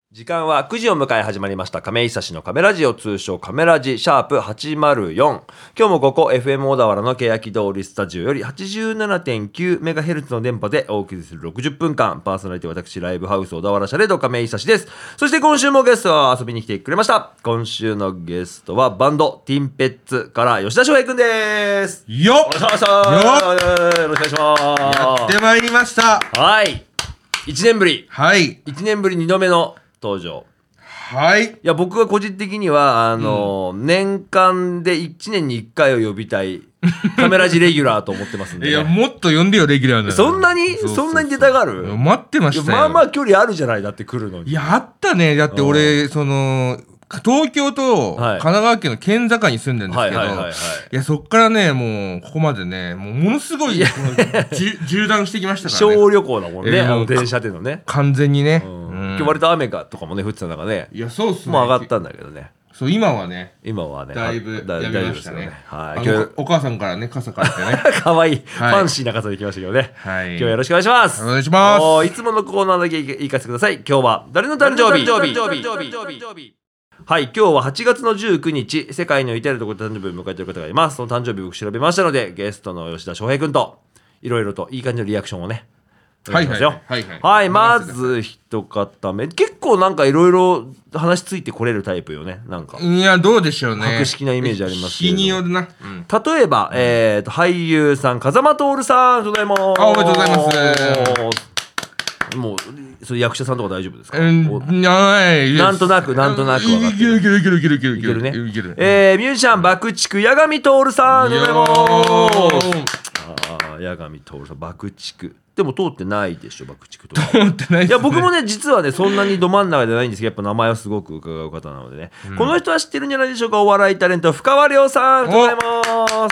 時間は9時を迎え始まりました亀井久志のカメラジオ、通称カメラジシャープ804。今日もここ FM 小田原の欅通りスタジオより 87.9MHz の電波でお送りする60分間、パーソナリティ私ライブハウス小田原シャレード亀井久志です。そして今週もゲストは遊びに来てくれました。今週のゲストはバンドティンペッツから吉田翔平くんです。 よっお願いします。よろしくお願いします。 やってまいりました。 はい、1年ぶりはい 1年ぶり2度目の登場。 はい。 いや僕は個人的には年間で1年に1回を呼びたいカメラジレギュラーと思ってますんで、ね、 いやもっと呼んでよレギュラーな。 そんなに出たがる？ 待ってましたよ。 まあまあ距離あるじゃない、だって来るのに。 いやあったね。だって俺東京と神奈川県の県境に住んでるんですけど、いやそっからねもうここまでねものすごい縦断してきましたからね。 小旅行だもんね、電車でのね。 完全にね。 今日割と雨がとかもね降ってた中ね。 いやそうっすね。 もう上がったんだけどね。 そう今はねだいぶやめましたね。 はい。 お母さんからね傘借りてね。 可愛いファンシーな傘で来ましたけどね。 はい。 今日はよろしくお願いします。 お願いします。 いつものコーナーだけ行かせてください。今日は誰の誕生日？はい、今日は8月の19日、世界の至るところで誕生日を迎えている方がいます。その誕生日を僕調べましたので、ゲストの吉田翔平くんといろいろといい感じのリアクションをね、 はいはいはいはい、まず一方目、結構なんかいろいろ話ついてこれるタイプよね。なんかいやどうでしょうね。 博識なイメージありますけど。 日によるな。 例えば、俳優さん風間徹さん、おめでとうございます。 おめでとうございます。 もうそれ役者さんとか大丈夫ですか？ なんとなく分かってる。 いけるね。ミュージシャン爆竹八神徹さん、おめでとうございます。八神徹さん爆竹でも通ってないでしょ、爆竹とか。 通ってないですね。 いや僕もね実はねそんなにど真ん中ではないんですけど、やっぱ名前はすごく伺う方なのでね、この人は知ってるんじゃないでしょうか。お笑いタレント深川亮さん、おめでとうございます。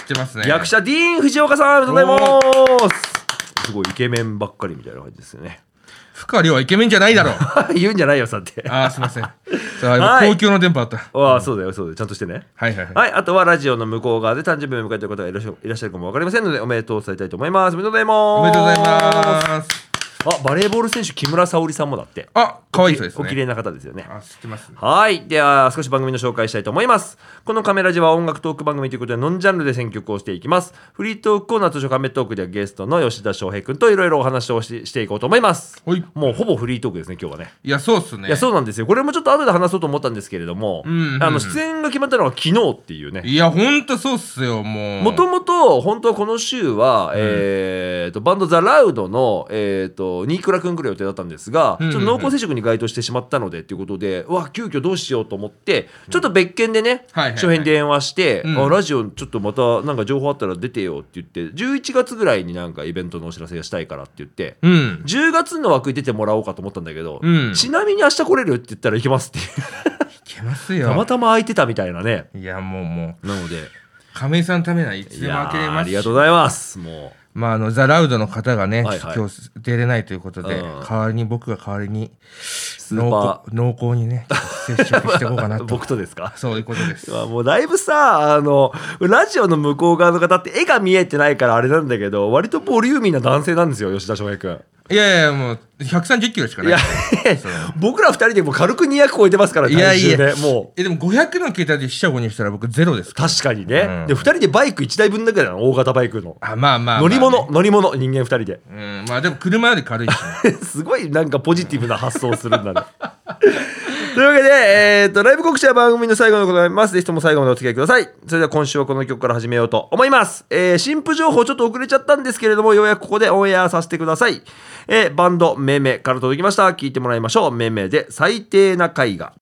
知ってますね。 役者ディーン・藤岡さん、おめでとうございます。すごいイケメンばっかりみたいな感じですよね。 深川亮はイケメンじゃないだろう。 言うんじゃないよさって。 すいません。公共の電波あった。 そうだよちゃんとしてね。 はい。 あとはラジオの向こう側で誕生日を迎えている方がいらっしゃるかも分かりませんので、おめでとう伝えたいと思います。おめでとうございます。 おめでとうございます。 バレーボール選手木村沙織さんもだって。 可愛い人ですね。 お綺麗な方ですよね。 知ってます。 はい。では少し番組の紹介したいと思います。このカメラジは音楽トーク番組ということでノンジャンルで選曲をしていきます。フリートークコーナーとカメトークではゲストの吉田翔平くんといろいろお話をしていこうと思います。もうほぼフリートークですね今日はね。 いやそうっすね。 いやそうなんですよ。これもちょっと後で話そうと思ったんですけれども、出演が決まったのは昨日っていうね。 いやほんとそうっすよ。もともと本当はこの週は、バンドザ・ラウドの新倉くん来る予定だったんですが、ちょっと濃厚接触に該当してしまったのでっていうことで、急遽どうしようと思ってちょっと別件でね、翔平に電話して、ラジオちょっとまたなんか情報あったら出てよって言って、11月ぐらいになんかイベントのお知らせがしたいからって言って、10月の枠に出てもらおうかと思ったんだけど、ちなみに明日来れるって言ったら行けますっていう。 行けますよ。 たまたま空いてたみたいなね。 いやもうなので亀井さんのためならいつでも開けれますし。 ありがとうございます。もうザ・ラウドの方がね、今日出れないということで、僕が代わりに濃厚にね接触していこうかなと。 僕とですか？ そういうことです。 もうだいぶさラジオの向こう側の方って絵が見えてないからあれなんだけど、割とボリューミーな男性なんですよ吉田翔平君。 いやもう130キロしかない。 僕ら2人でも軽く200超えてますから体重ね。もうでも500の桁で四捨五入したら僕ゼロですから。 確かにね。で2人でバイク1台分だけだな、大型バイクの。乗り物人間2人で。 でも車より軽いしね。 すごいなんかポジティブな発想をするんだね。というわけで、ライブ告知は番組の最後でございます。ぜひとも最後までお付き合いください。それでは今週はこの曲から始めようと思います。新婦情報ちょっと遅れちゃったんですけれども、ようやくここでオンエアさせてください。バンドめめから届きました。聞いてもらいましょう。めめで最低な絵画。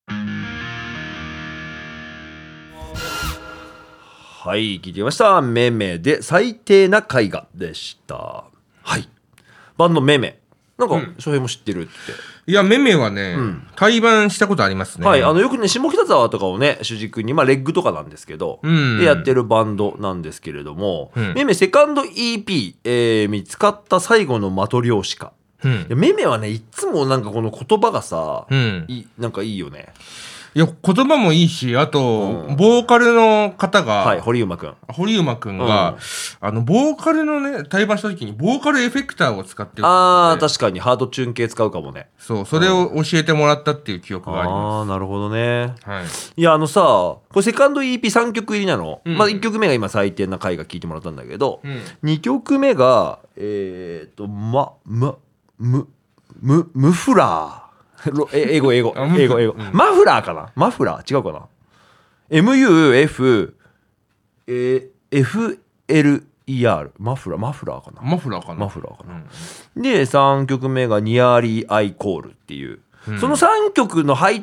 はい、聞いてみました。めめで最低な絵画でした。はい、バンドめめなんか翔平も知ってるって。 いやめめはね、対バンしたことありますね。 はい、よくね下北沢とかをね主軸にレッグとかなんですけど、でやってるバンドなんですけれども、めめセカンド EP、見つかった最後のマトリョーシカ。めめはねいつもなんかこの言葉がさ、なんかいいよね。 いや言葉もいいし、あと、ボーカルの方が、 はい、堀馬くんが、ボーカルのね対バンした時にボーカルエフェクターを使ってる。 確かにハードチューン系使うかもね。 そう、それを教えてもらったっていう記憶があります。 なるほどね。 はい。 いやさ、これセカンド EP3 曲入りなの。まあ1曲目が今最低な回が聞いてもらったんだけど、2曲目がムフラー。英語、マフラーかな、マフラー違うかな、MUFFLER マフラーかな、で3曲目がニアリーアイコールっていう、その3曲の入った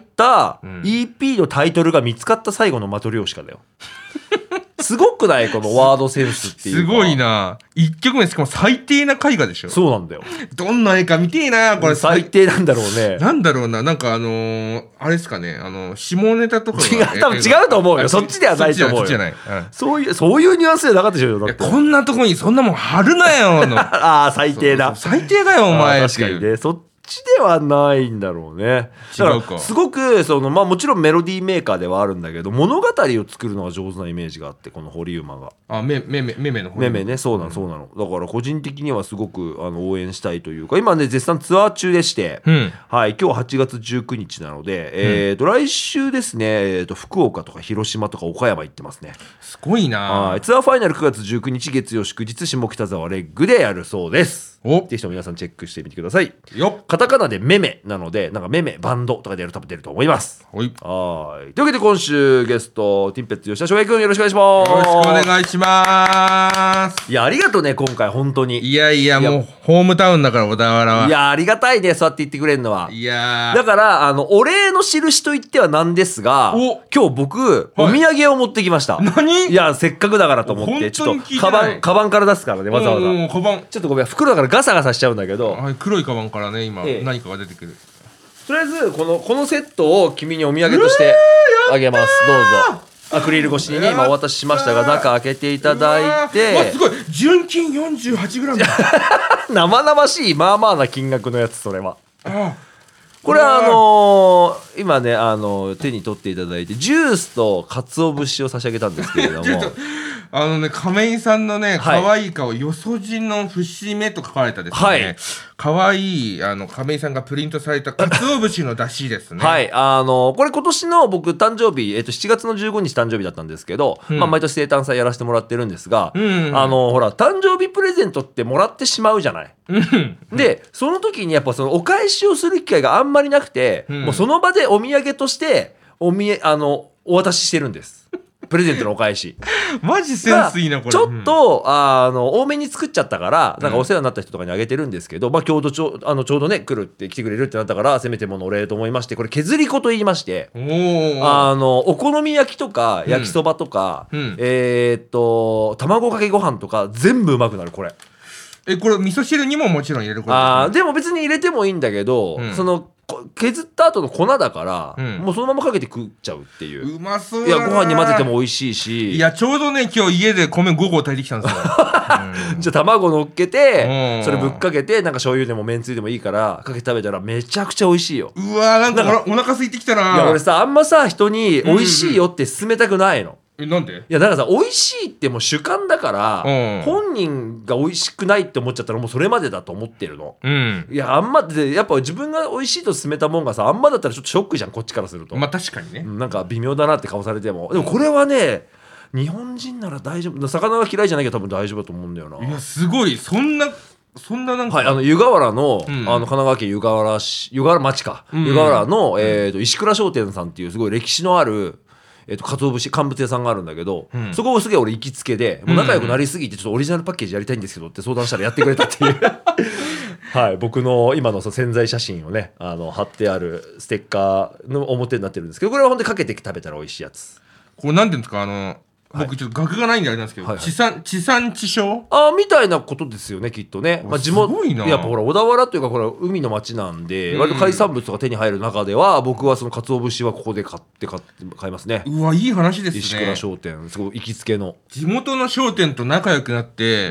EP のタイトルが見つかった最後のマトリョーシカだよ。すごくない？このワードセンスっていうか。 すごいな。1曲目しかも最低な絵画でしょ。 そうなんだよ。 どんな絵か見てえなこれ。 最低なんだろうね。 なんだろうな、なんかあれですかね、下ネタとか多分違うと思うよ。そっちではないと思うよ。 そっちじゃない、 そういうニュアンスじゃなかったでしょ。だってこんなとこにそんなもん貼るなよ最低だ。 最低だよお前。 確かにね。そっちではないんだろうね。だからすごくもちろんメロディーメーカーではあるんだけど、物語を作るのが上手なイメージがあって、この堀馬が。 めめのめめね、そうなの。だから個人的にはすごく応援したいというか、今ね絶賛ツアー中でして、はい、今日8月19日なので、来週ですね、福岡とか広島とか岡山行ってますね。 すごいな。 ツアーファイナル9月19日月曜祝日、下北沢レッグでやるそうです。ぜひとも皆さんチェックしてみてください。カタカナでメメなので、なんかメメバンドとかでやると多分出ると思います。はい。というわけで今週ゲストティンペッツ吉田翔平君、よろしくお願いします。 よろしくお願いします。 いや、ありがとうね今回本当に。 いやもうホームタウンだから小田原は。 いや、ありがたいね、そうやって言ってくれるのは。 いやだからお礼の印と言ってはなんですが、今日僕、お土産を持ってきました。 何？ いや、せっかくだからと思ってちょっとカバンから出すからね、わざわざ。 カバンちょっとごめん、袋だからガサガサしちゃうんだけど、 はい、黒いカバンからね今、何かが出てくる。 とりあえずこのセットを君にお土産としてあげます。どうぞ。アクリル越しにね今お渡ししましたが、中開けていただいて。 すごい、純金 48g 生々しいまあまあな金額のやつ。それはこれ今ね手に取っていただいて、ジュースと鰹節を差し上げたんですけれども亀井さんのね、可愛い顔、よそじの節目と書かれたですね、可愛い亀井さんがプリントされた鰹節の出汁ですね。 はい、これ今年の僕誕生日、7月の15日誕生日だったんですけど、毎年生誕祭やらせてもらってるんですが、ほら誕生日プレゼントってもらってしまうじゃない。でその時にやっぱお返しをする機会があんまりなくて、もうその場でお土産としてお渡ししてるんです。プレゼントのお返し。 マジセンスいいなこれ。 ちょっと多めに作っちゃったから、なんかお世話になった人とかにあげてるんですけど、ちょうどね来るって来てくれるってなったから、せめてものお礼と思いまして、これ削り粉と言いまして、お好み焼きとか焼きそばとか、卵かけご飯とか全部うまくなるこれ。 これ味噌汁にももちろん入れることですね。 でも別に入れてもいいんだけど、削った後の粉だから、もうそのままかけて食っちゃうっていう。 うまそうだな。 いや、ご飯に混ぜても美味しいし。 いや、ちょうどね今日家で米5合炊いてきたんですよ。 じゃあ卵乗っけて、それぶっかけて、なんか醤油でもめんつゆでもいいからかけて食べたらめちゃくちゃ美味しいよ。 うわー、なんかお腹空いてきたな。 いや俺さ、あんまさ人に美味しいよって勧めたくないの。 なんで？ いやだからさ、美味しいってもう主観だから、本人が美味しくないって思っちゃったらもうそれまでだと思ってるの。いやあんまでやっぱ自分が美味しいと勧めたもんがさ、あんまだったらちょっとショックじゃん、こっちからすると。 まあ確かにね。 なんか微妙だなって顔されても。でもこれはね、日本人なら大丈夫。魚が嫌いじゃなきゃ多分大丈夫だと思うんだよな。 いやすごい、そんななんか、 はい、湯河原の、神奈川県湯河原町か、湯河原の、石倉商店さんっていうすごい歴史のある鰹節乾物屋さんがあるんだけど、そこをすげえ俺行きつけで、もう仲良くなりすぎてちょっとオリジナルパッケージやりたいんですけどって相談したらやってくれたっていうはい、僕の今の宣材写真をね貼ってあるステッカーの表になってるんですけど、これは本当にかけて食べたら美味しいやつ。 これなんていうんですか、僕ちょっと学がないんであれなんですけど、地産地消みたいなことですよねきっとね。 地元すごいな。 やっぱほら小田原というかこれ海の町なんで、割と海産物とか手に入る中では僕はその鰹節はここで買いますね。 うわ、いい話ですね。 石倉商店すごい行きつけの地元の商店と仲良くなって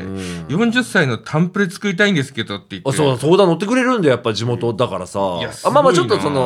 、40歳のタンプレ作りたいんですけどって言って、 相談乗ってくれるんで、やっぱ地元だからさ。まあちょっと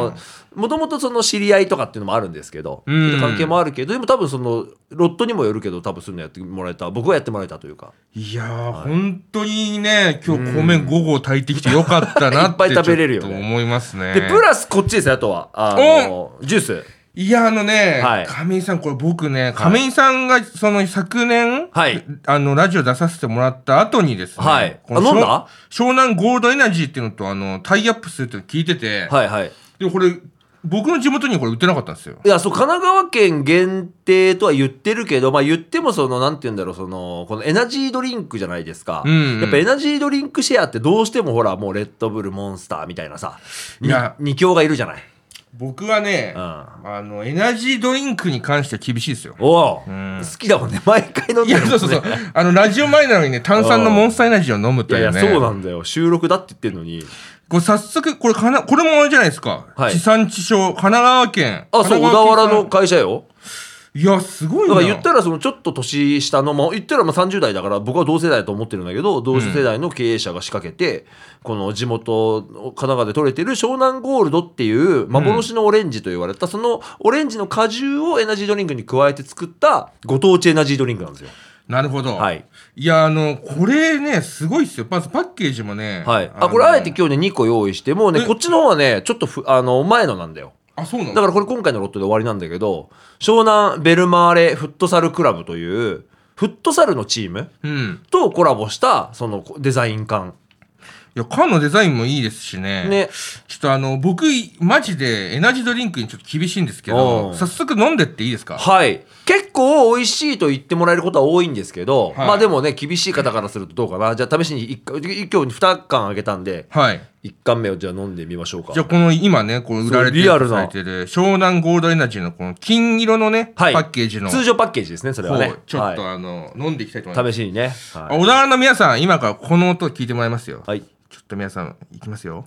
もともとその知り合いとかっていうのもあるんですけど、関係もあるけど、でも多分そのロットにもよるけど、多分そういうのやってもらえた、僕はやってもらえたというか。 いやー、本当にね、今日米5合炊いてきてよかったなっていっぱい食べれるよね、思いますね。 でプラスこっちですね、あとはジュース。 いや亀井さん、これ僕ね、亀井さんがその昨年、ラジオ出させてもらった後にですね、 飲んだ湘南ゴールドエナジーっていうのとタイアップするっていうの聞いてて、でこれ僕の地元にこれ売ってなかったんですよ。 いや、そう、神奈川県限定とは言ってるけど、言ってもそのなんて言うんだろう、そのこのエナジードリンクじゃないですか、やっぱエナジードリンクシェアってどうしてもほら、もうレッドブル、モンスターみたいなさ、2強がいるじゃない。 僕はね、エナジードリンクに関しては厳しいですよ。 好きだもんね、毎回飲んでるもんね。 そうラジオ前なのにね、炭酸のモンスターエナジーを飲むというね。 いやそうなんだよ、収録だって言ってるのに。 これ早速これもあれじゃないですか、地産地消、神奈川県。 そう、小田原の会社よ。 いや、すごいな。 だから言ったらそのちょっと年下の、言ったら30代だから僕は同世代だと思ってるんだけど、同世代の経営者が仕掛けて、この地元神奈川で取れてる湘南ゴールドっていう幻のオレンジと言われた、そのオレンジの果汁をエナジードリンクに加えて作ったご当地エナジードリンクなんですよ。 なるほど。いや、これね、すごいっすよ。まずパッケージもね。 これあえて今日ね2個用意して、もうねこっちの方はねちょっと前のなんだよ。 そうなの？ だからこれ今回のロットで終わりなんだけど、湘南ベルマーレフットサルクラブというフットサルのチームとコラボしたそのデザイン缶。 いや、缶のデザインもいいですしね。ちょっと僕マジでエナジードリンクにちょっと厳しいんですけど、早速飲んでっていいですか？ 結構美味しいと言ってもらえることは多いんですけど、でもね、厳しい方からするとどうかな。じゃあ試しに今日2缶あげたんで、1缶目をじゃあ飲んでみましょうか。 じゃあこの今ね、この売られてる湘南ゴールドエナジーのこの金色のね、パッケージの通常パッケージですね、それはね。 ちょっと飲んでいきたいと思います。 試しにね。 小田原の皆さん、今からこの音を聞いてもらいますよ。ちょっと皆さんいきますよ。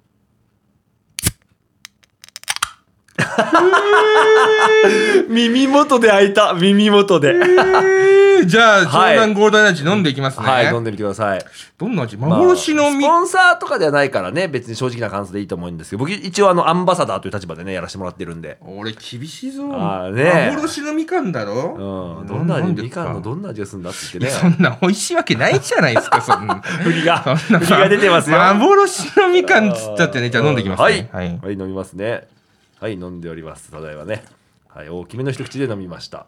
耳元で開いた、耳元で。 じゃあ湘南ゴールドエナジー飲んでいきますね。 飲んでみてください。 どんな味？幻のスポンサーとかではないからね、別に正直な感想でいいと思うんですけど、僕一応アンバサダーという立場でねやらせてもらってるんで。 俺厳しいぞ。幻のみかんだろ。 どんな味？みかんのどんな味がするんだって言ってね。 そんな美味しいわけないじゃないですか。そんな振りが出てますよ。 幻のみかんっつったってね。じゃあ飲んでいきますね。 飲みますね。飲んでおります。ただいまね。大きめの一口で飲みました。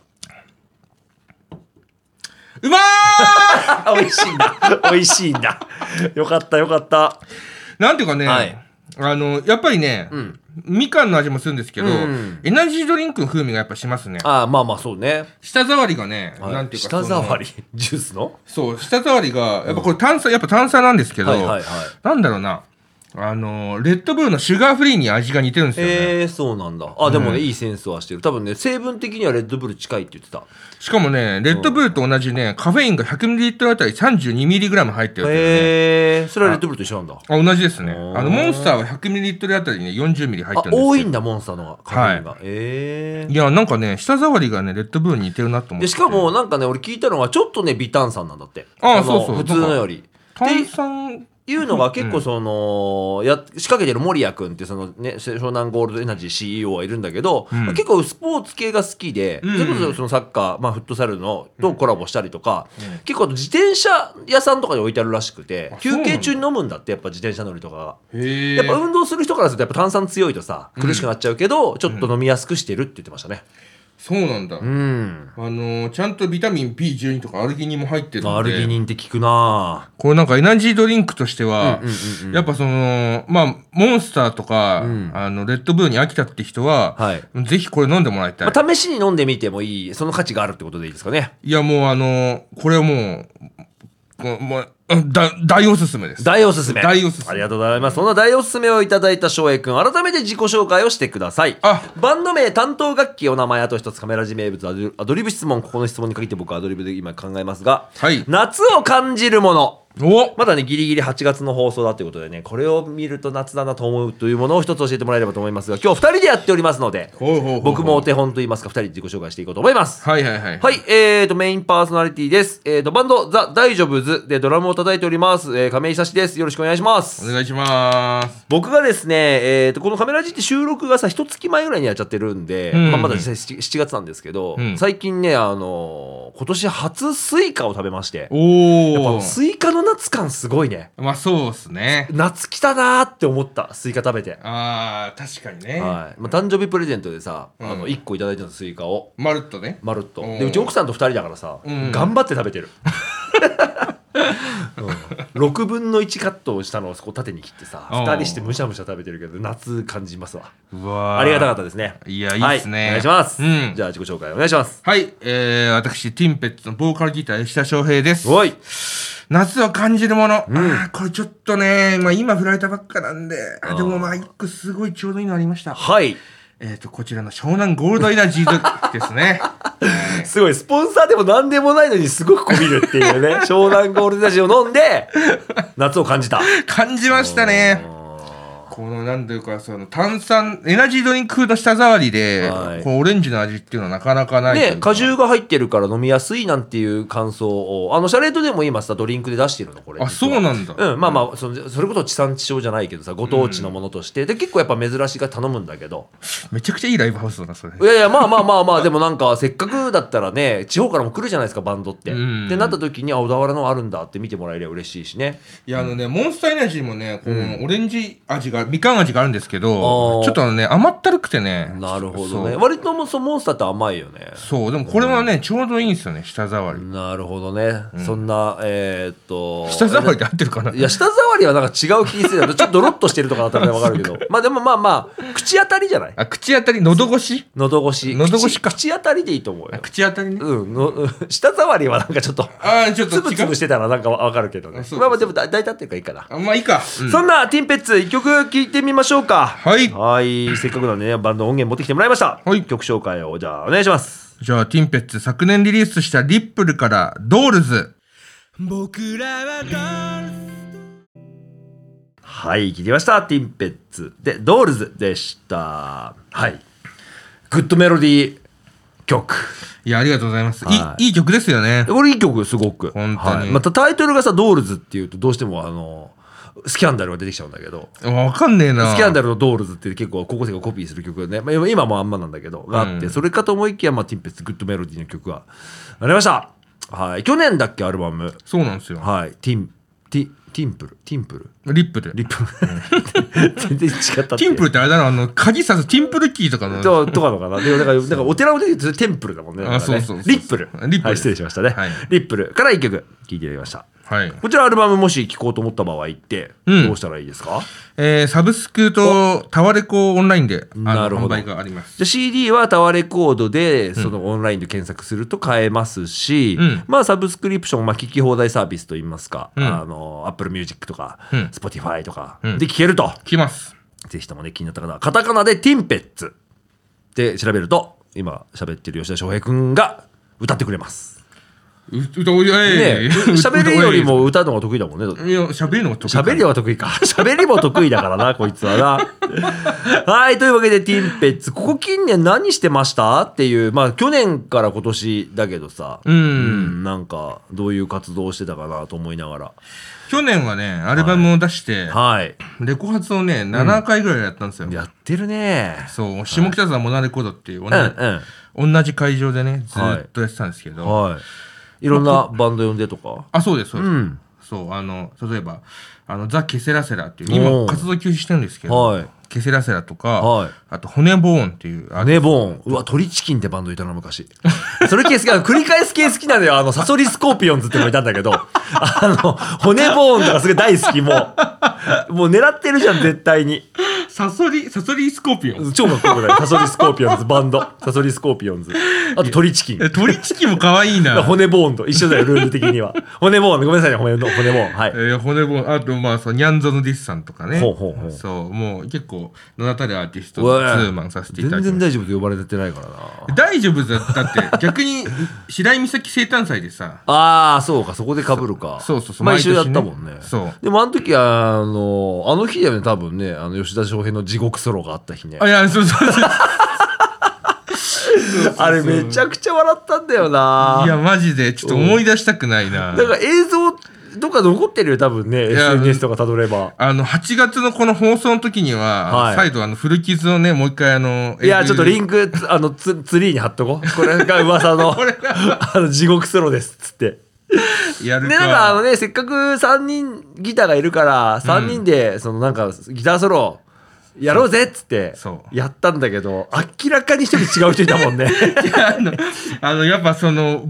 うまー美味しいんだ。美味しいんだ。よかったよかった。 なんていうかね、やっぱりね、みかんの味もするんですけど、エナジードリンクの風味がやっぱしますね。 そうね。 舌触りがね、なんていうか舌触りジュースの？ そう、舌触りがやっぱこれ炭酸なんですけど、なんだろうな。レッドブルのシュガーフリーに味が似てるんですよね。 そうなんだ。でもね、いいセンスはしてる。多分ね、成分的にはレッドブル近いって言ってた。 しかもね、レッドブルと同じね、カフェインが 100ml あたり 32mg 入ってるってね。 それはレッドブルと一緒なんだ。 同じですね。モンスターは 100ml あたりね 40ml 入ってるんですよ。 多いんだ、モンスターのカフェインが。 いや、なんかね、舌触りがねレッドブルに似てるなと思って。 しかもなんかね、俺聞いたのはちょっとね微炭酸なんだって。 そう普通のより。 炭酸いうのが結構その、仕掛けてる守谷君ってそのね、湘南ゴールドエナジー CEO はいるんだけど、結構スポーツ系が好きで、それこそそのサッカー、フットサルのとコラボしたりとか、結構自転車屋さんとかに置いてあるらしくて、休憩中に飲むんだって。やっぱ自転車乗りとかがやっぱ運動する人からするとやっぱ炭酸強いとさ苦しくなっちゃうけど、ちょっと飲みやすくしてるって言ってましたね。 そうなんだ。ちゃんとビタミン B12 とかアルギニンも入ってるんで。 アルギニンって聞くな。 これなんかエナジードリンクとしては、やっぱそのモンスターとか、レッドブルに飽きたって人は、ぜひこれ飲んでもらいたい。 試しに飲んでみてもいい、その価値があるってことでいいですかね。 いやもうこれはもう大おすすめです。 大おすすめ。 大おすすめ。 ありがとうございます。そんな大おすすめをいただいた翔英くん、改めて自己紹介をしてください。バンド名、担当楽器、お名前、あと一つカメラ字名物、アドリブ質問。ここの質問に限って僕はアドリブで今考えますが、夏を感じるもの。まだねギリギリ8月の放送だということでね、これを見ると夏だなと思うというものを一つ教えてもらえればと思いますが、今日2人でやっておりますので、僕もお手本といいますか2人で自己紹介していこうと思います。メインパーソナリティです。バンドザ・大丈夫ズでドラムを叩いております、亀井久志です。よろしくお願いします。 お願いします。 僕がですね、このカメラジって収録がさ一月前ぐらいにやっちゃってるんで、まだ実際7月なんですけど、最近ね今年初スイカを食べまして、やっぱスイカの夏感すごいね。 まあそうっすね。 夏来たなーって思ったスイカ食べて。 あー確かにね。 はい。誕生日プレゼントでさ、1個いただいたのスイカを。 まるっとね。 まるっと。でうち奥さんと2人だからさ、頑張って食べてる。6分の1カットをしたのをそこ縦に切ってさ2人してむしゃむしゃ食べてるけど夏感じますわ。 うわありがたかったですね。 いやいいですね、 お願いします、じゃあ自己紹介お願いします。 はい、私ティンペッツのボーカルギター吉田翔平です。 おい夏を感じるもの、これちょっとね、今振られたばっかなんででも1個すごいちょうどいいのありました。 はい、 こちらの湘南ゴールドエナジーですね。 すごいスポンサーでも何でもないのにすごくこびるっていうね。湘南ゴールドエナジーを飲んで夏を感じた。 感じましたね。このなんというかその炭酸エナジードリンクの舌触りで、このオレンジの味っていうのはなかなかないね。果汁が入ってるから飲みやすいなんていう感想をシャレートでも今さドリンクで出してるのこれ。 あ、そうなんだ。 まあそれこそ地産地消じゃないけどさご当地のものとして、で結構やっぱ珍しいが頼むんだけど、 めちゃくちゃいいライブハウスだなそれ。 いやまあでもなんかせっかくだったらね地方からも来るじゃないですかバンドって、ってなった時に小田原のあるんだって見てもらえれば嬉しいしね。 いやモンスターエナジーもねこのオレンジ味がみかん味があるんですけど、ちょっと甘ったるくてね。 なるほどね。割とモンスターって甘いよね。 そうでもこれはね、ちょうどいいんですよね舌触り。 なるほどね、そんな舌触りで合ってるかな。 いや舌触りはなんか違う気するよ。ちょっとドロッとしてるとかだったら分かるけどでも口当たりじゃない。 口当たり喉越しか。 口当たりでいいと思うよ。 口当たりね。 舌触りはなんかちょっとつぶつぶしてたらなんか分かるけどね。でも大体っていうかいいかな。 まあいいか、 そんなティンペッツ1曲聴いてみましょうか。はい、せっかくなんでねバンド音源持ってきてもらいました。曲紹介をじゃあお願いします。 じゃあティンペッツ昨年リリースしたリップルからドールズ。 僕らはドールズ。はい、聞いてました。ティンペッツでドールズでした。はい、グッドメロディー曲。 いやありがとうございます。いい曲ですよね。 これいい曲すごく本当に。 またタイトルがさドールズっていうとどうしてもスキャンダルが出てきちゃうんだけど、 わかんねえな。 スキャンダルのドールズって結構高校生がコピーする曲がね、今もあんまなんだけどがあって、それかと思いきやティンペッツグッドメロディーの曲がありました。はい、去年だっけアルバム。 そうなんですよ。 はい、ティンプルリップル全然違ったって。 ティンプルってあれだな鍵さすティンプルキーとかのとかのかな。でもなんかお寺の出てるテンプルだもんね。 そうリップル。はい、失礼しましたね。リップルから1曲聴いていただきました。はい、こちらアルバムもし聴こうと思った場合ってどうしたらいいですか？ サブスクとタワレコオンラインで販売があります。 じゃあ CD はタワレコードでそのオンラインで検索すると買えますし、サブスクリプション聴き放題サービスといいますか、Apple Music とか、Spotify とかで聴けると。 聴きます。ぜひともね気になった方はカタカナでティンペッツで調べると今喋ってる吉田翔平くんが歌ってくれます。喋るよりも歌の方が得意だもんね。 いや喋るのが得意。 喋りは得意か。喋りも得意だからなこいつはな。はい、というわけでティンペッツここ近年何してましたっていう、去年から今年だけどさ、なんかどういう活動をしてたかなと思いながら。 去年はねアルバムを出して、レコ発をね7回ぐらいやったんですよ。 やってるね。 そう下北沢モナレコードっていう同じ会場でねずっとやってたんですけど、いろんなバンド呼んでとか。 そうですそうです。そう例えばザ・ケセラセラっていう今活動休止してるんですけど、ケセラセラとか、あと骨ボーンっていう骨ボーン。うわ鳥チキンってバンドいたな昔。それ系好き。繰り返す系好きなんだよ。サソリスコーピオンズってのもいたんだけど骨ボーンとかすごい大好き。もう狙ってるじゃん絶対に。 サソリスコーピオンズ超かっこよくない？サソリスコーピオンズバンド。サソリスコーピオンズ。あと鳥チキン。 鳥チキンも可愛いな。 骨ボーンと一緒だよルール的には。骨ボーンごめんなさいね骨ボーン。はい。 骨ボーンあとニャンゾのディスさんとかね。そうもう結構名だたるアーティストとツーマンさせていただいて。 全然大丈夫と呼ばれてないからな。 大丈夫だって逆に白井美咲生誕祭でさ。 そうかそこで被るか。そう毎週やったもんね。でもあの時はあの日だよね多分ね吉田翔平の地獄ソロがあった日ね。 いやそうあれめちゃくちゃ笑ったんだよな。 いやマジでちょっと思い出したくないな。 だから映像どっか残ってるよ多分ね SNS とかたどれば。 8月のこの放送の時には、はい、再度古傷をねもう一回いやちょっとリンクツリーに貼っとこう。これが噂のこれが地獄ソロですっつってやるか。 でなんかせっかく3人ギターがいるから3人でそのなんかギターソロやろうぜっつってやったんだけど、明らかに一人違う人いたもんね。 やっぱその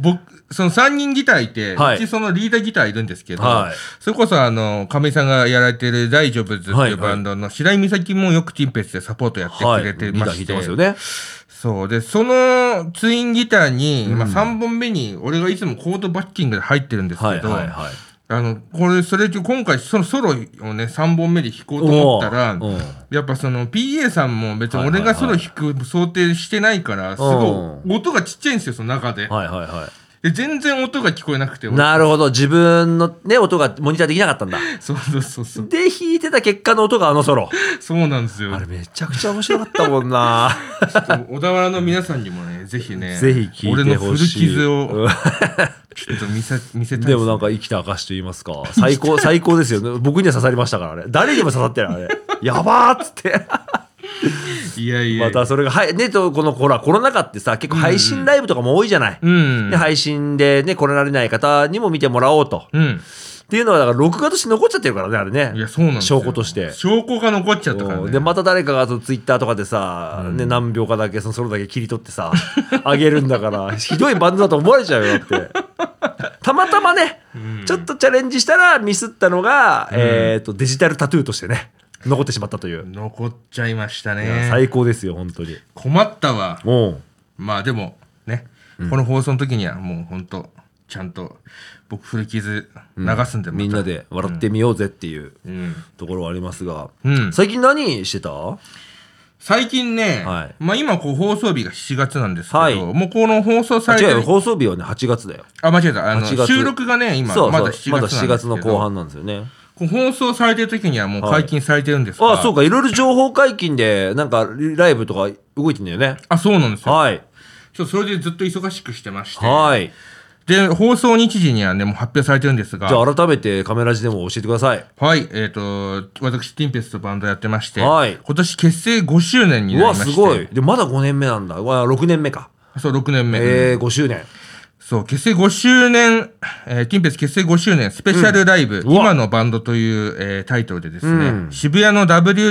3人ギターいて、うちそのリーダーギターいるんですけど、それこそ亀井さんがやられてる大丈夫ズっていうバンドの白井美咲もよくティンペスでサポートやってくれてまして、そうでそのツインギターに、3本目に俺がいつもコードバッキングで入ってるんですけど、それ今回そのソロをね3本目で弾こうと思ったら、やっぱその PA さんも別に俺がソロ弾く想定してないからすごい音がちっちゃいんですよその中で。で全然音が聞こえなくて。 なるほど、自分のね音がモニターできなかったんだ。 そうで弾いてた結果の音がソロ。 そうなんですよ。 あれめちゃくちゃ面白かったもんな。 小田原の皆さんにもねぜひねぜひ聞いてほしい。 俺の古傷をちょっと見せたいですね。 でもなんか生きた証と言いますか最高ですよね。僕には刺さりましたからね。誰にも刺さってるあれやばーっつっていやまたそれがねこのコロナ禍ってさ結構配信ライブとかも多いじゃない、で配信でね来られない方にも見てもらおうと、っていうのはだから録画として残っちゃってるからねあれね。 いやそうなんですよ。 証拠として証拠が残っちゃったからね。 でまた誰かがツイッターとかでさ、何秒かだけそれだけ切り取ってさあげるんだからひどいバンドだと思われちゃうよってたまたまね、ちょっとチャレンジしたらミスったのが、デジタルタトゥーとしてね残ってしまったという。 残っちゃいましたね。 最高ですよ本当に。 困ったわ。まあでもね、この放送の時にはもう本当ちゃんと僕古傷流すんで、 みんなで笑ってみようぜっていうところはありますが、最近何してた？ 最近ね、今放送日が7月なんですけど、もうこの放送されてる放送日はね8月だよ。 間違えた。収録がね今まだ7月の後半なんですよね。 放送されてる時にはもう解禁されてるんですが、 そうか、いろいろ情報解禁でなんかライブとか動いてんだよね。 そうなんですよ。それでずっと忙しくしてまして、で放送日時にはねもう発表されてるんですが、 じゃあ改めてカメラ字でも教えてください。 私ティンペスとバンドやってまして、今年結成5周年になりまして。 すごい。でまだ5年目なんだ。6年目か。 そう6年目。 5周年。 そう結成5周年、ティンペス結成5周年スペシャルライブ、今のバンドという、タイトルでですね、渋谷の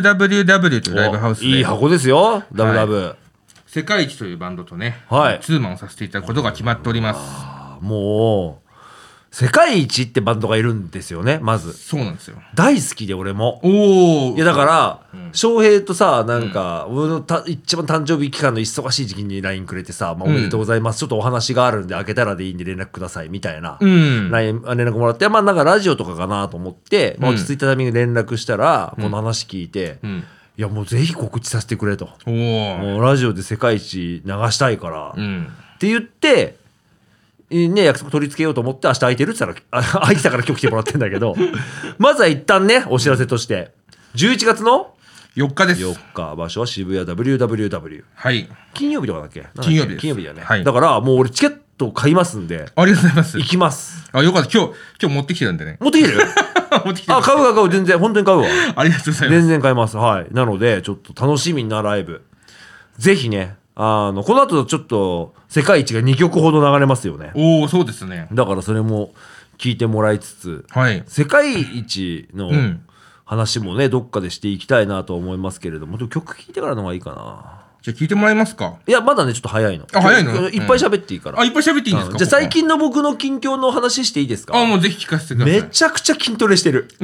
WWW というライブハウスでいい箱ですよ。WW、 世界一というバンドとね、ツーマンをさせていただくことが決まっております。 もう世界一ってバンドがいるんですよね。まずそうなんですよ。 大好きで俺も。いやだから翔平とさなんか俺の一番誕生日期間の忙しい時期に LINE くれてさ、おめでとうございます、ちょっとお話があるんで開けたらでいいんで連絡くださいみたいな LINE 連絡もらって、なんかラジオとかかなと思って、落ち着いたタイミングで連絡したらこの話聞いて、いやもうぜひ告知させてくれと、もうラジオで世界一流したいから、って言って約束取り付けようと思って明日空いてるって言ったら空いてたから今日来てもらってんだけどまずは一旦ねお知らせとして11月の 4日です。 4日場所は渋谷 WWW、金曜日とかだっけ？ 金曜日だよね、だからもう俺チケット買いますんで。 ありがとうございます。 行きます。 よかった。今日持ってきてるんでね。 持ってきてる買う全然本当に買うわ。 ありがとうございます。 全然買います。なのでちょっと楽しみなライブぜひねこの後ちょっと世界一が2曲ほど流れますよね。 そうですね。 だからそれも聞いてもらいつつ、世界一の話もねどっかでしていきたいなと思いますけれども、曲聴いてからの方がいいかな。 じゃあ聞いてもらえますか？ いやまだねちょっと早いの。 早いの？ いっぱい喋っていいから。 いっぱい喋っていいんですか？ じゃあ最近の僕の近況の話していいですか？ もうぜひ聞かせてください。 めちゃくちゃ筋トレしてる。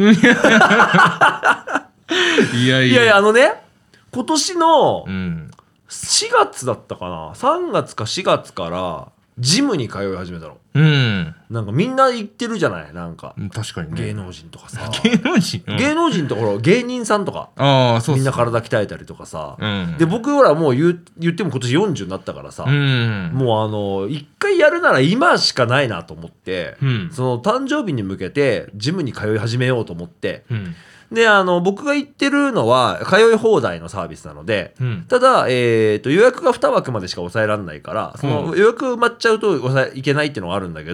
いや今年の4月だったかな、3月か4月からジムに通い始めたの。なんかみんな行ってるじゃない、なんか確かに、 芸能人とかさ芸能人とか芸人さんとかみんな体鍛えたりとかさ、で僕らもう言っても今年40になったからさ、もう一回やるなら今しかないなと思って、その誕生日に向けてジムに通い始めようと思って、で僕が行ってるのは通い放題のサービスなので、ただ、予約が2枠までしか抑えられないから、その予約埋まっちゃうといけないっていうのがあるんだけど、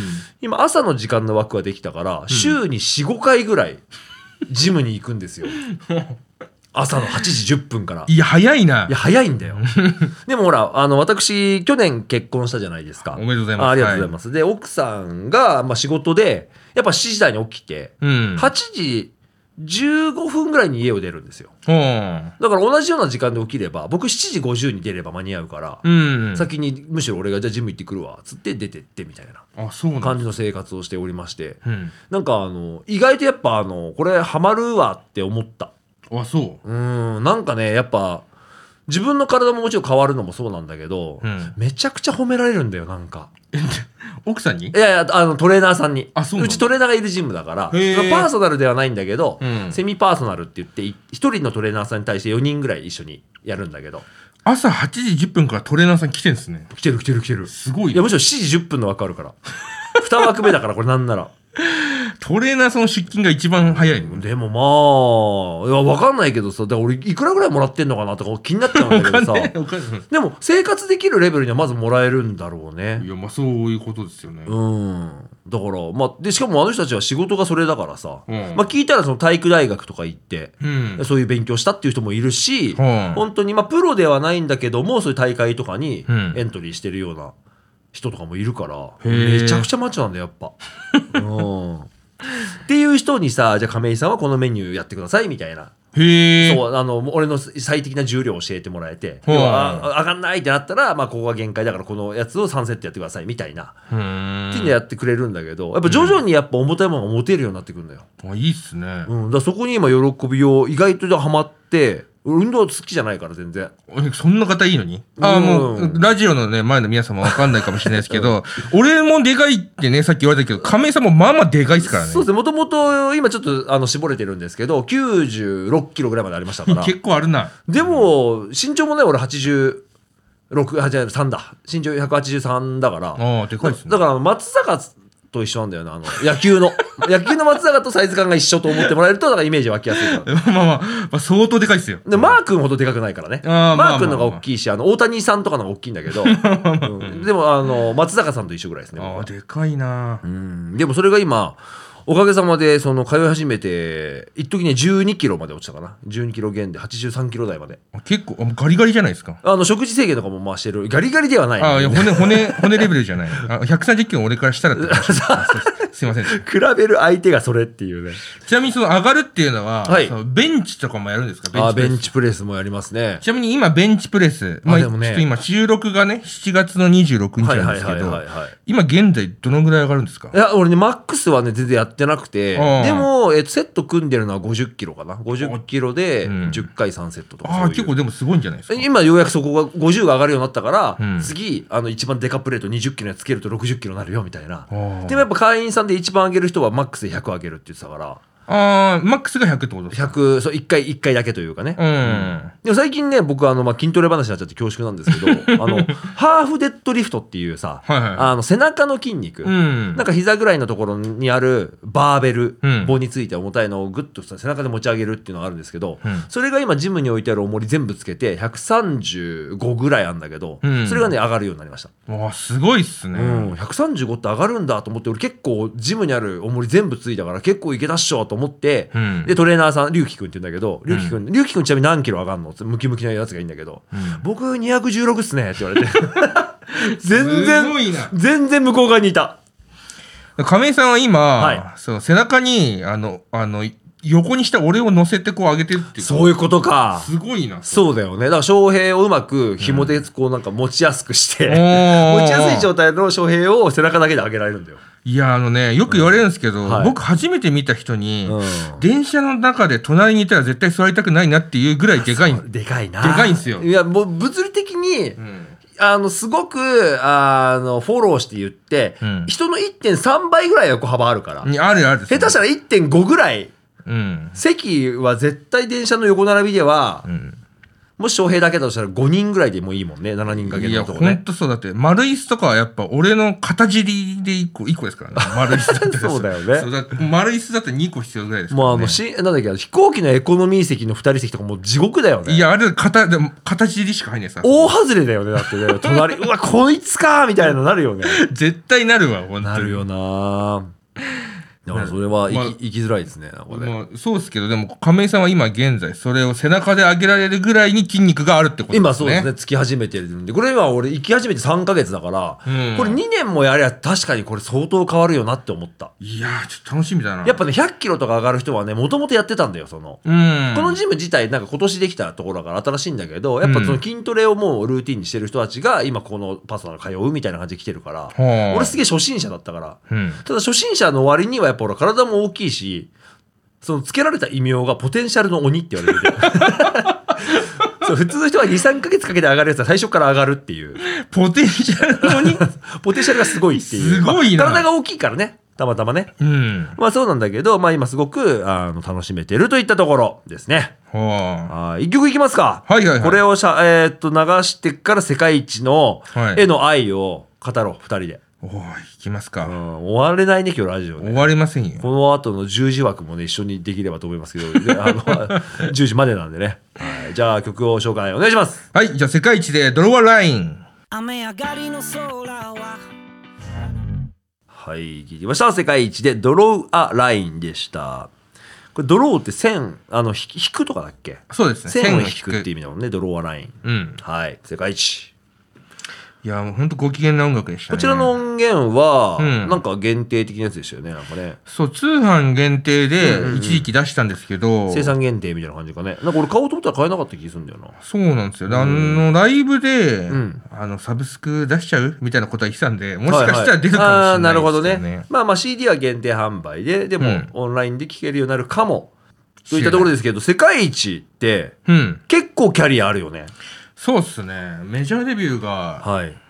今朝の時間の枠ができたから、週に 4,5 回ぐらいジムに行くんですよ朝の8時10分から。 いや早いな。 いや早いんだよでもほら私去年結婚したじゃないですか。 おめでとうございます。 ありがとうございます、で奥さんが、仕事でやっぱ7時台に起きて、8時15分ぐらいに家を出るんですよ。だから同じような時間で起きれば僕7時50に出れば間に合うから、先にむしろ俺がじゃあジム行ってくるわっつって出てってみたいな感じの生活をしておりまして、なんか意外とやっぱこれハマるわって思った。なんかねやっぱ自分の体ももちろん変わるのもそうなんだけど、めちゃくちゃ褒められるんだよなんか奥さんに？ いやいやトレーナーさんに。 うちトレーナーがいるジムだからパーソナルではないんだけど、セミパーソナルって言って1人のトレーナーさんに対して4人ぐらい一緒にやるんだけど、 朝8時10分からトレーナーさん来てんすね。 来てるすごい。 いやむしろ7時10分の枠あるから2枠目だからこれなんならトレーナーさんの出勤が一番早いの。 でもいや分かんないけどさ、だから俺いくらぐらいもらってんのかなとか気になっちゃうんだけどさでも生活できるレベルにはまずもらえるんだろうね。 いやそういうことですよね。 だからでしかも人たちは仕事がそれだからさ、聞いたらその体育大学とか行って、そういう勉強したっていう人もいるし、本当にプロではないんだけどもそういう大会とかにエントリーしてるような人とかもいるから、めちゃくちゃマッチョなんだよやっぱっていう人にさ、じゃあ亀井さんはこのメニューやってくださいみたいな。そう俺の最適な重量を教えてもらえて、要は上がんないってなったら、ここが限界だからこのやつを3セットやってくださいみたいなっていうのやってくれるんだけど、やっぱ徐々にやっぱ重たいものが持てるようになってくるんだよ。 いいっすね。 だからそこに今喜びを意外とハマって。運動好きじゃないから全然。 そんな方いいのに。もうラジオのね前の皆様わかんないかもしれないですけど俺もでかいってねさっき言われたけど亀井さんもまあまあでかいですからね。 そうですね。もともと今ちょっと絞れてるんですけど96キロぐらいまでありましたから結構あるな。 でも身長もね俺86、83だ。身長183だからでかいですね。 だから松坂と一緒なんだよな野球の松坂とサイズ感が一緒と思ってもらえるとだからイメージ湧きやすいからまあ相当でかいですよ。 でマー君ほどでかくないからね。マー君のが大きいし大谷さんとかのが大きいんだけどでも松坂さんと一緒ぐらいですね。 でかいな。 でもそれが今おかげさまでその通い始めて一時ね12キロまで落ちたかな。12キロ減で83キロ台まで。結構ガリガリじゃないですか。 食事制限とかも回してる。ガリガリではない、 いや骨レベルじゃない130キロ俺からしたらってすいません比べる相手がそれっていうね。 ちなみにその上がるっていうのは、そのベンチとかもやるんですか？ ベンチプレスもやりますね。 ちなみに今ベンチプレスでもね、ちょっと今収録がね7月の26日なんですけど今現在どのぐらい上がるんですか？ いや俺ねマックスはね全然やってなくて、でも、セット組んでるのは50キロかな。50キロで10回3セットとか。 結構でもすごいんじゃないですか。 今ようやくそこが50が上がるようになったから、次一番デカプレート20キロにつけると60キロになるよみたいな。でもやっぱ会員さんで一番上げる人はマックスで100上げるって言ってたから。 マックスが100ってことですか ？100、そう1回だけというかね。でも最近ね僕筋トレ話になっちゃって恐縮なんですけどハーフデッドリフトっていうさ、背中の筋肉、なんか膝ぐらいのところにあるバーベル、棒について重たいのをグッと背中で持ち上げるっていうのがあるんですけど、それが今ジムに置いてある重り全部つけて135ぐらいあるんだけど、それがね上がるようになりました。 すごいっすね。 135って上がるんだと思って俺結構ジムにある重り全部ついたから結構いけたっしょと思って、でトレーナーさん龍樹君って言うんだけど、龍樹君ちなみに何キロ上がるのってムキムキなやつがいいんだけど、僕216っすねって言われて全然向こう側にいた。 亀井さんは今、そう背中に横にした俺を乗せてこう上げてるっていう。 そういうことか。 すごいな。 そうだよね。だから翔平をうまく紐でこうなんか持ちやすくして、持ちやすい状態の翔平を背中だけで上げられるんだよ。 いやよく言われるんですけど、僕初めて見た人に、電車の中で隣にいたら絶対座りたくないなっていうぐらいでかいでかいな。 でかいんですよ。 いやもう物理的に、すごくフォローして言って、人の 1.3 倍ぐらい横幅あるから。 あるある。 下手したら 1.5 ぐらい。席は絶対電車の横並びでは、 もし翔平だけだとしたら5人ぐらいでもいいもんね。7人掛けのとこね。 いやほんとそう。だって丸椅子とかはやっぱ俺の片尻で1個ですからね。丸椅子だってそうだよね。 そうだ丸椅子だって2個必要ぐらいですからね。 もうなんだっけ、飛行機のエコノミー席の2人席とかもう地獄だよね。 いやあれでも片尻しか入んないさ。 大外れだよね。だってね、隣うわこいつかみたいななるよね。 絶対なるわ。本当になるよな。だからそれは生きづらいですね。なんかね。 まあ、そうですけど、でも亀井さんは今現在それを背中で上げられるぐらいに筋肉があるってことですね。 今そうですね。つき始めてるんで、これ今俺生き始めて3ヶ月だから、これ2年もやりゃ確かにこれ相当変わるよなって思った。 いやーちょっと楽しみだな。 やっぱね100キロとか上がる人はねもともとやってたんだよ。このジム自体なんか今年できたところだから新しいんだけど、やっぱその筋トレをもうルーティンにしてる人たちが今このパーソナル通うみたいな感じで来てるから、俺すげえ初心者だったから、ただ初心者の割にはやっぱ俺体も大きいし、そのつけられた異名がポテンシャルの鬼って言われててそう普通の人は 2,3 ヶ月かけて上がるやつは最初から上がるっていう。 ポテンシャルの鬼ポテンシャルがすごいっていう。 すごいな、 体が大きいからね、たまたまね。まあそうなんだけど、まあ今すごく楽しめてるといったところですね。一曲いきますか。 はいはいはい。 これを流してから世界一の絵の愛を語ろう、2人で。 いきますか。 終われないね今日ラジオね。 終わりませんよ。 この後の10時枠もね一緒にできればと思いますけど10時までなんでね、はい、じゃあ曲を紹介お願いします。 はい、じゃあ世界一でドロワライン。 雨上がりの空ははい、聞きました。世界一でドローアラインでした。これドローって線引くとかだっけ。 そうですね、 線を引くっていう意味だもんね、ドローアライン。はい、世界一。 いやもうほんとご機嫌な音楽でしたね。 こちらの音源は、なんか限定的なやつでしたよね。なんかね、 そう通販限定で一時期出したんですけど、 生産限定みたいな感じかね。なんか俺買おうと思ったら買えなかった気がするんだよな。 そうなんですよ。ライブで、サブスク出しちゃうみたいなことは言ってたんで、もしかしたら出るかもしれないですよね。 なるほどね。まあ CD は限定販売でも、オンラインで聴けるようになるかもといったところですけど、世界一って、結構キャリアあるよね。 そうっすね。メジャーデビューが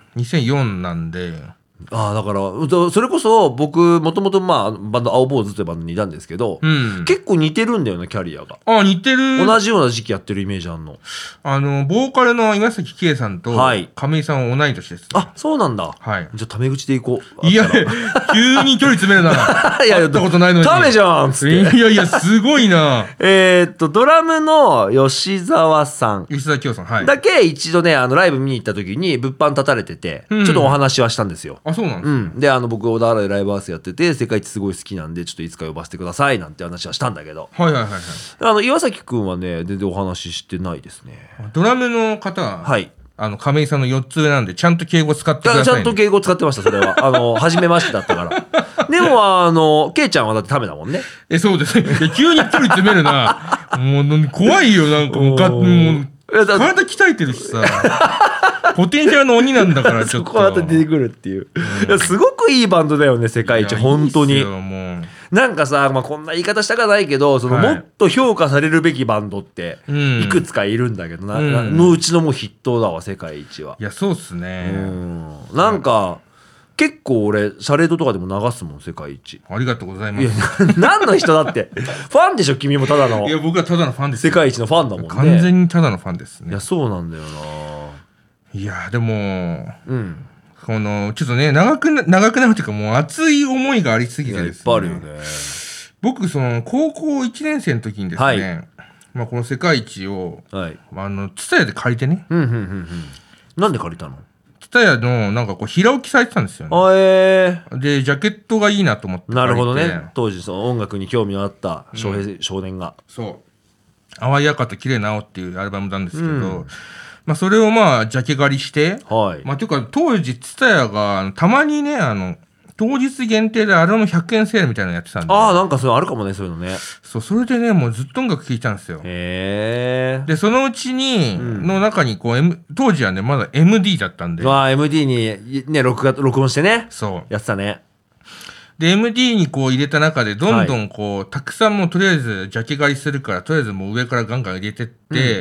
2004なんで、 だからそれこそ僕もともとバンド青坊主というバンドにいたんですけど、結構似てるんだよねキャリアが。 似てる。 同じような時期やってるイメージあんの。 ボーカルの岩崎圭さんと亀井さんは同い年です、ね。 そうなんだ。 はい。 じゃあタメ口でいこう。 いや急に距離詰めるな。いややったことないのに。 タメじゃんっつって。 いやすごいな。 ドラムの吉沢さん、 吉沢京さん、はい、 だけ一度ねライブ見に行った時に物販立たれてて、ちょっとお話はしたんですよ。 そうなんですか。 で僕小田原でライブハウスやってて世界一すごい好きなんでちょっといつか呼ばせてくださいなんて話はしたんだけど、岩崎くんはね全然お話ししてないですね。 ドラムの方は、はい、亀井さんの4つ上なんでちゃんと敬語使ってください、ね。 ちゃんと敬語使ってました。それは初めましてだったからでもケイちゃんはだってためだもんね。 そうですね。急に距離詰めるな。もう怖いよ。なんかもう体鍛えてるしさポテンシャルの鬼なんだからちょっとそこまた出てくるっていう、すごくいいバンドだよね世界一。本当になんかさ、こんな言い方したかないけどもっと評価されるべきバンドっていくつかいるんだけどのうちのもう筆頭だわ世界一は。 いやそうっすね。 なんか結構俺シャレードとかでも流すもん世界一。 ありがとうございます。 何の人だってファンでしょ君も。ただの。 いや僕はただのファンです。 世界一のファンだもんね。 完全にただのファンですね。 いやそうなんだよな。 いやでもこのちょっとね長くなるというかもう熱い思いがありすぎてですね。 いっぱいあるよね。僕高校1年生の時にですね、この世界一をTSUTAYAで借りてね。 なんで借りたの ？TSUTAYAのなんか平置きされてたんですよね。でジャケットがいいなと思って。 なるほどね。当時音楽に興味のあった少年が。 淡い赤と綺麗な青っていうアルバムなんですけど、それをジャケ狩りして、というか当時TSUTAYAがたまにね当日限定でアルバム100円セールみたいなのやってたんで。 なんかそれあるかもねそういうのね。 それでねもうずっと音楽聴いたんですよ。でそのうちに、の中に当時はねまだ MD だったんで。 MD にね録音してね。やってたね。 で MD に入れた中でどんどんたくさんもうとりあえずジャケ狩りするからとりあえずもう上からガンガン入れてって、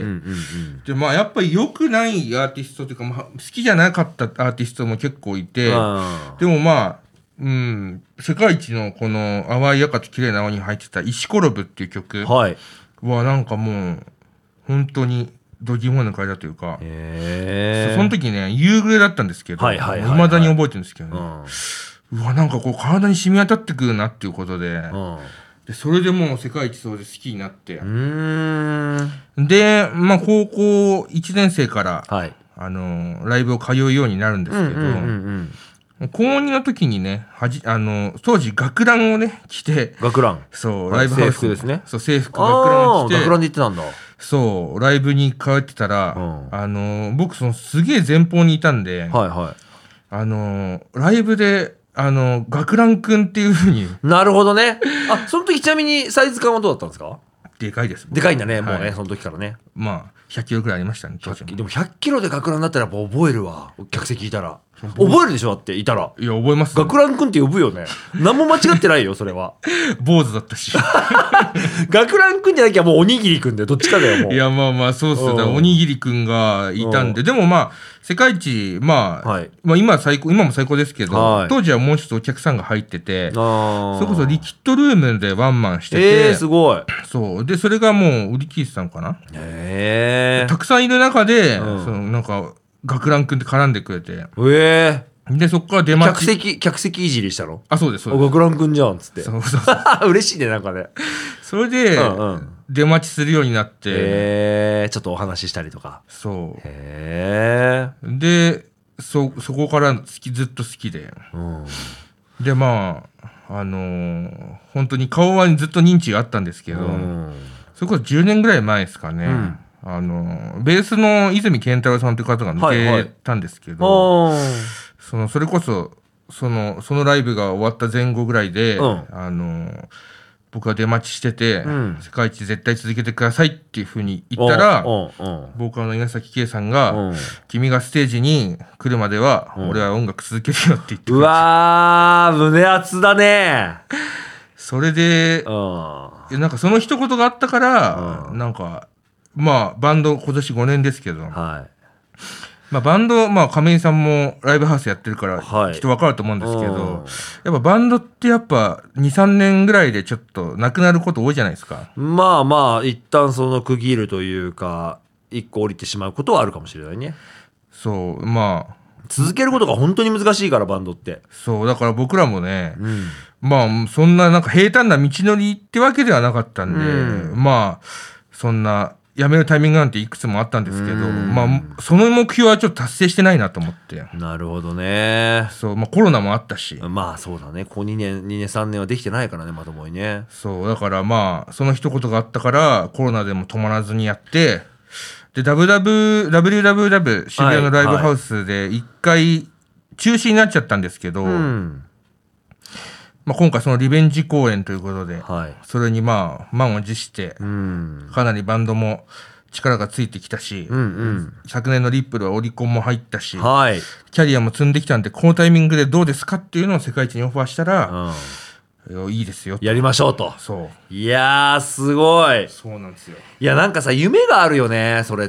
でやっぱり良くないアーティストというか、好きじゃなかったアーティストも結構いて、でも世界一のこの淡い赤と綺麗な青に入ってた石ころぶっていう曲はなんかもう本当に度肝抜かれたというか、その時ね夕暮れだったんですけど、未だに覚えてるんですけどね、うわなんかこう体に染み渡ってくるなっていうことで、でそれでもう世界一そうで好きになって、でまあ高校1年生から、ライブを通うようになるんですけど、高2の時にね当時学ランをね着て、そうライブハウス制服ですね、 そう制服学ランを着て、 学ランで行ってたんだ。 そうライブに通ってたら、僕そのすげえ前方にいたんで、ライブで学ランくんっていう風に。 なるほどね。あ、その時ちなみにサイズ感はどうだったんですか？ でかいです。 でかいんだね、もうね、その時からね。 まあ100キロくらいありましたね当時も。 でも100キロで学ランだったらやっぱ覚えるわ。客席いたら覚えるでしょ、だっていたら。 いや覚えます、 学ランくんって呼ぶよね。何も間違ってないよそれは。 坊主だったし。 学ランくんじゃなきゃもうおにぎりくんだよ、どっちかだよもう。 いやまあまあそうっすね、おにぎりくんがいたんで、でもまあ世界一まあ今も最高ですけど、当時はもうちょっとお客さんが入ってて、それこそリキッドルームでワンマンしてて、 すごい。 そうでそれがもう売り切れてたのかな。たくさんいる中で、そのなんか学ランくんって絡んでくれて、でそこから出待ち、 客席いじりしたの？ あ、そうですそうです。学ランくんじゃんっつって。嬉しいねなんかね。 それで出待ちするようになって、 ちょっとお話ししたりとか。 そうでそこからずっと好きで、でまあ本当に顔はずっと認知があったんですけど、それこそ10年ぐらい前ですかね、ベースの泉健太郎さんという方が抜けたんですけど、それこそそのライブが終わった前後ぐらいで、僕が出待ちしてて、世界一絶対続けてくださいっていう風に言ったら、ボーカルの稲崎圭さんが、君がステージに来るまでは、俺は音楽続けるよって言ってくれて、 うわー胸熱だね。 それで、なんかその一言があったから、なんかまあバンド今年5年ですけど、まあバンド、まあ亀井さんもライブハウスやってるからきっと分かると思うんですけど、やっぱバンドってやっぱ 2,3 年ぐらいでちょっとなくなること多いじゃないですか。 まあまあ一旦その区切るというか一個降りてしまうことはあるかもしれないね。 そうまあ続けることが本当に難しいからバンドって。 そうだから僕らもね、まあそんななんか平坦な道のりってわけではなかったんで、まあそんな辞めるタイミングなんていくつもあったんですけど、まあその目標はちょっと達成してないなと思って。 なるほどね。 そうまあコロナもあったし、 まあそうだね、ここ2年3年はできてないからねまともにね。 そうだからまあその一言があったからコロナでも止まらずにやって、で WWW 渋谷のライブハウスで1回中止になっちゃったんですけど、まあ、今回そのリベンジ公演ということで、それにまあ満を持して、かなりバンドも力がついてきたし、昨年のリップルはオリコンも入ったし、キャリアも積んできたんでこのタイミングでどうですかっていうのを世界一にオファーしたら、いいですよやりましょうと。 そう、 いやーすごい。 そうなんですよ。 いやなんかさ夢があるよねそれって。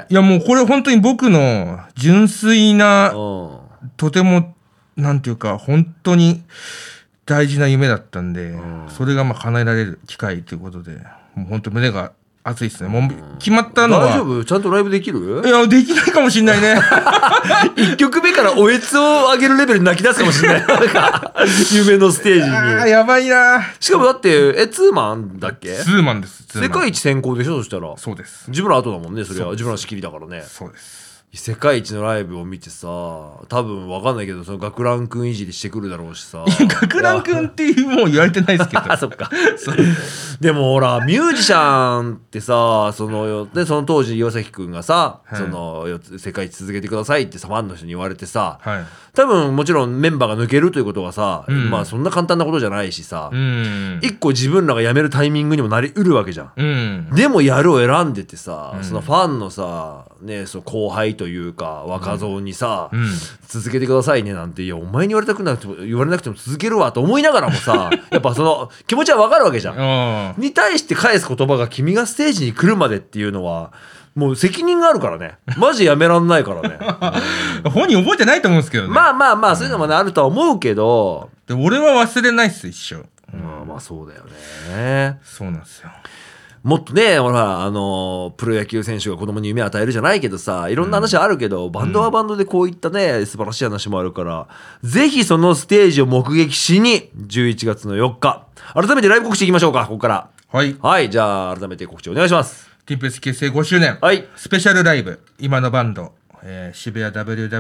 いやもうこれ本当に僕の純粋な、とてもなんていうか本当に大事な夢だったんで、それがまあ叶えられる機会ということで、もう本当胸が熱いですね。もう決まったのは。 大丈夫？ちゃんとライブできる？ いやできないかもしれないね。 1曲目からおえつを上げるレベルに泣き出すかもしれない。なんか夢のステージに。 やばいな。 しかもだってツーマンだっけ？ ツーマンです。 世界一先行でしょそしたら。 そうです。 自分の後だもんねそれは。自分の仕切りだからね。 そうです。 世界一のライブを見てさ、多分わかんないけどその学ランくんいじりしてくるだろうしさ。 学ランくんっていうもう言われてないですけど。 そっか。でもほらミュージシャンってさ、その当時岩崎くんがさ、その世界一続けてくださいってさファンの人に言われてさ、多分もちろんメンバーが抜けるということはさ、まあそんな簡単なことじゃないしさ、一個自分らが辞めるタイミングにもなりうるわけじゃん。でもやるを選んでてさ、そのファンのさね、その後輩というか若造にさ、続けてくださいねなんて、いやお前に言われなくても続けるわと思いながらもさやっぱその気持ちは分かるわけじゃん。に対して返す言葉が君がステージに来るまでっていうのはもう責任があるからね。マジやめらんないからね。 本人覚えてないと思うんですけどね。 まあそういうのもねあるとは思うけど、 で俺は忘れないっす一生。 まあそうだよね。 そうなんですよ。 もっとねほらプロ野球選手が子供に夢を与えるじゃないけどさ、いろんな話あるけど、バンドはバンドでこういったね素晴らしい話もあるから、ぜひそのステージを目撃しに11月の4日改めてライブ告知いきましょうか。ここからはい、じゃあ改めて告知お願いします。 ティンペス結成5周年、スペシャルライブ今のバンド、渋谷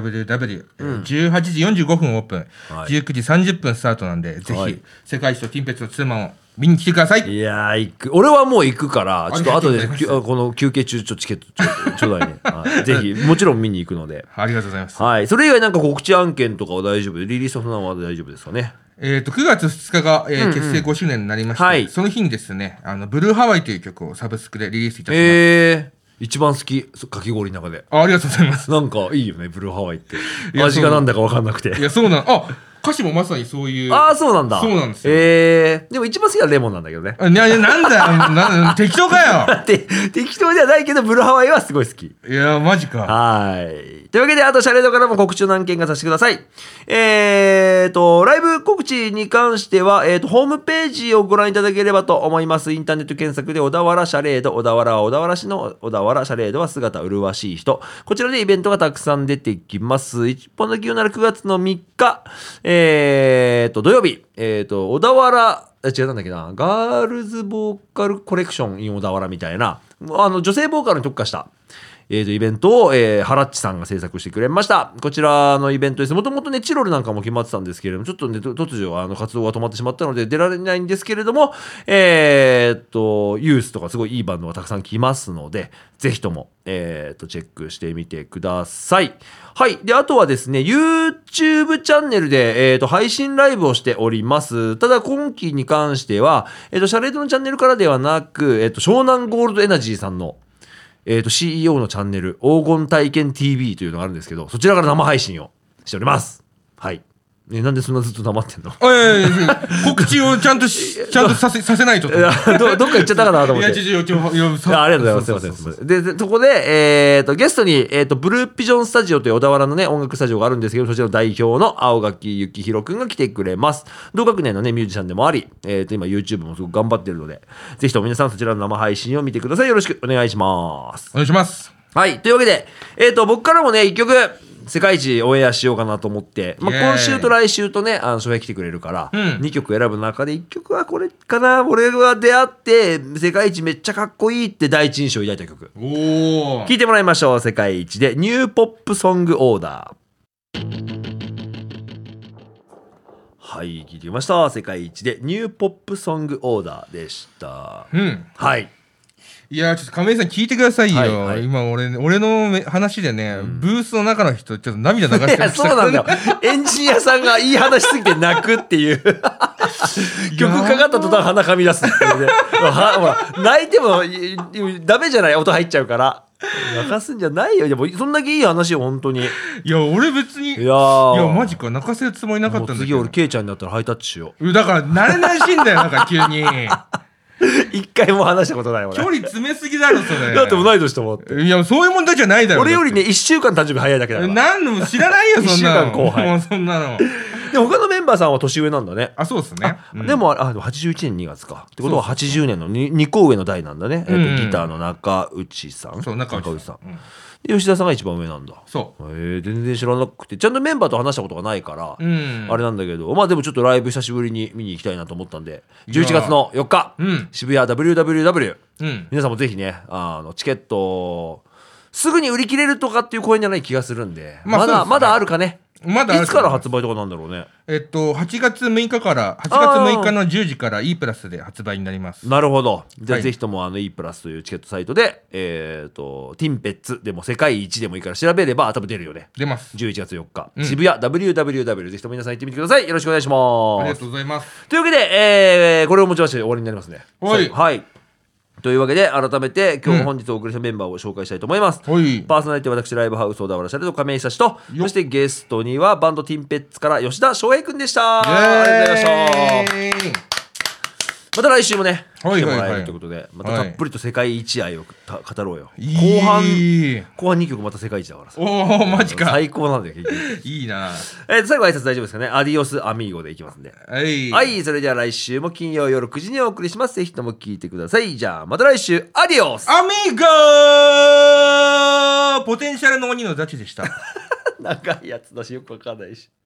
WWW、18時45分オープン、19時30分スタートなんで、ぜひ世界一とティンペスのツーマンを見に来てください。 いやー行く、俺はもう行くから、ちょっと後でこの休憩中ちょっとチケットちょうだいねぜひもちろん見に行くのでありがとうございます。 はい、それ以外なんか告知案件とかは大丈夫、リリースオフなのは大丈夫ですかね。 9月2日が、結成5周年になりまして、はい、その日にですねブルーハワイという曲をサブスクでリリースいたします。 一番好きかき氷の中で。 ありがとうございます。 なんかいいよねブルーハワイって。味がなんだか分かんなくて。 いやそうなん歌詞もまさにそういう。 そうなんだ。 そうなんですよ。 でも一番好きはレモンなんだけどね。 いやなんだよ適当かよ適当ではないけどブルーハワイはすごい好き。 いやマジか。 はいというわけで、あとシャレードからも告知の案件がさせてください。ライブ告知に関しては、ホームページをご覧いただければと思います。インターネット検索で小田原シャレード、小田原は小田原市の小田原、シャレードは姿麗しい人、こちらでイベントがたくさん出てきます。一本の気なら9月の3日、土曜日、小田原なんだっけな、ガールズボーカルコレクション in 小田原みたいな女性ボーカルに特化したイベントを、ハラッチさんが制作してくれました。こちらのイベントです。もともとねチロルなんかも決まってたんですけれども、ちょっとね突如活動が止まってしまったので出られないんですけれども、ユースとかすごいいいバンドがたくさん来ますので、ぜひとも、チェックしてみてください。はい。で、あとはですね、YouTube チャンネルで、配信ライブをしております。ただ、今期に関しては、シャレードのチャンネルからではなく、湘南ゴールドエナジーさんの、CEO のチャンネル、黄金体験 TV というのがあるんですけど、そちらから生配信をしております。はい。なんでそんなずっと黙ってんの？ 告知をちゃんとさせないと。 どっか行っちゃったかなと思って。 ありがとうございます。すいません。で、そこで、ゲストに、ブルーピジョンスタジオという小田原のね、音楽スタジオがあるんですけど、そちらの代表の青垣幸宏くんが来てくれます。同学年のね、ミュージシャンでもあり、今 YouTube もすごく頑張ってるので、ぜひとも皆さんそちらの生配信を見てください。よろしくお願いします。 お願いします。 はい。というわけで、僕からもね、一曲、世界一オンエアしようかなと思って、今週と来週とね翔平来てくれるから、2曲選ぶ中で1曲はこれかな。俺が出会って世界一めっちゃかっこいいって第一印象を抱いた曲、聴いてもらいましょう。世界一でニューポップソングオーダー。はい、聴いてみました。世界一でニューポップソングオーダーでした。はい。 いやちょっと亀井さん聞いてくださいよ、今俺の話でね、ブースの中の人ちょっと涙流してました。 そうなんだよエンジニアさんがいい話すぎて泣くっていう曲かかった途端鼻かみ出すっていうねほら泣いてもダメじゃない、音入っちゃうから泣かすんじゃないよ。でもそんだけいい話よ本当に。 いや俺別にいやマジか泣かせるつもりなかったんだけど、 次俺ケイちゃんになったらハイタッチしよう。だから慣れないしいんだよなんか急に一回も話したことないもん。 距離詰めすぎだろそれ。 だって同い年と思って。 いやそういう問題じゃないだろ。 俺よりね1週間誕生日早いだけだから。 何の知らないよそんなの。1週間後輩。 もうそんなの。 で他のメンバーさんは年上なんだね。 あそうですね。 でも81年2月か。ってことは80年の2個上の代なんだね。ギターの中内さん。 そう中内さん。吉田さんが一番上なんだ。 そう。 全然知らなくて、ちゃんとメンバーと話したことがないから、あれなんだけど、まあでもちょっとライブ久しぶりに見に行きたいなと思ったんで、11月の4日、渋谷 WWW、皆さんもぜひね、チケットすぐに売り切れるとかっていう公演じゃない気がするんで、まだあるかね。 まだいつから発売とかなんだろうね。 8月6日から8月6日の10時から E プラスで発売になります。 なるほど。じゃあぜひともE プラスというチケットサイトでティンペッツでも世界一でもいいから調べれば多分出るよね。 出ます。 11月4日、渋谷 WWW ぜひとも皆さん行ってみてください。よろしくお願いします。 ありがとうございます。 というわけで、これをもちまして終わりになりますね。はい。というわけで改めて今日本日お送りしたメンバーを紹介したいと思います。パーソナリティは私ライブハウス小田原シャレと亀井久志と、そしてゲストにはバンドティンペッツから吉田翔平くんでした。ありがとうございました。また来週もね来てもらえるということで、またたっぷりと世界一愛を語ろうよ。後半2曲また世界一だからさ。 おおマジか。 最高なんだよ結局。 いいな。 最後挨拶大丈夫ですかね。アディオスアミーゴでいきますんで。はい、それでは来週も金曜夜9時にお送りします。ぜひとも聞いてください。じゃあまた来週、アディオスアミーゴ。ポテンシャルの鬼のザチでした。 長いやつだしよくわかんないし。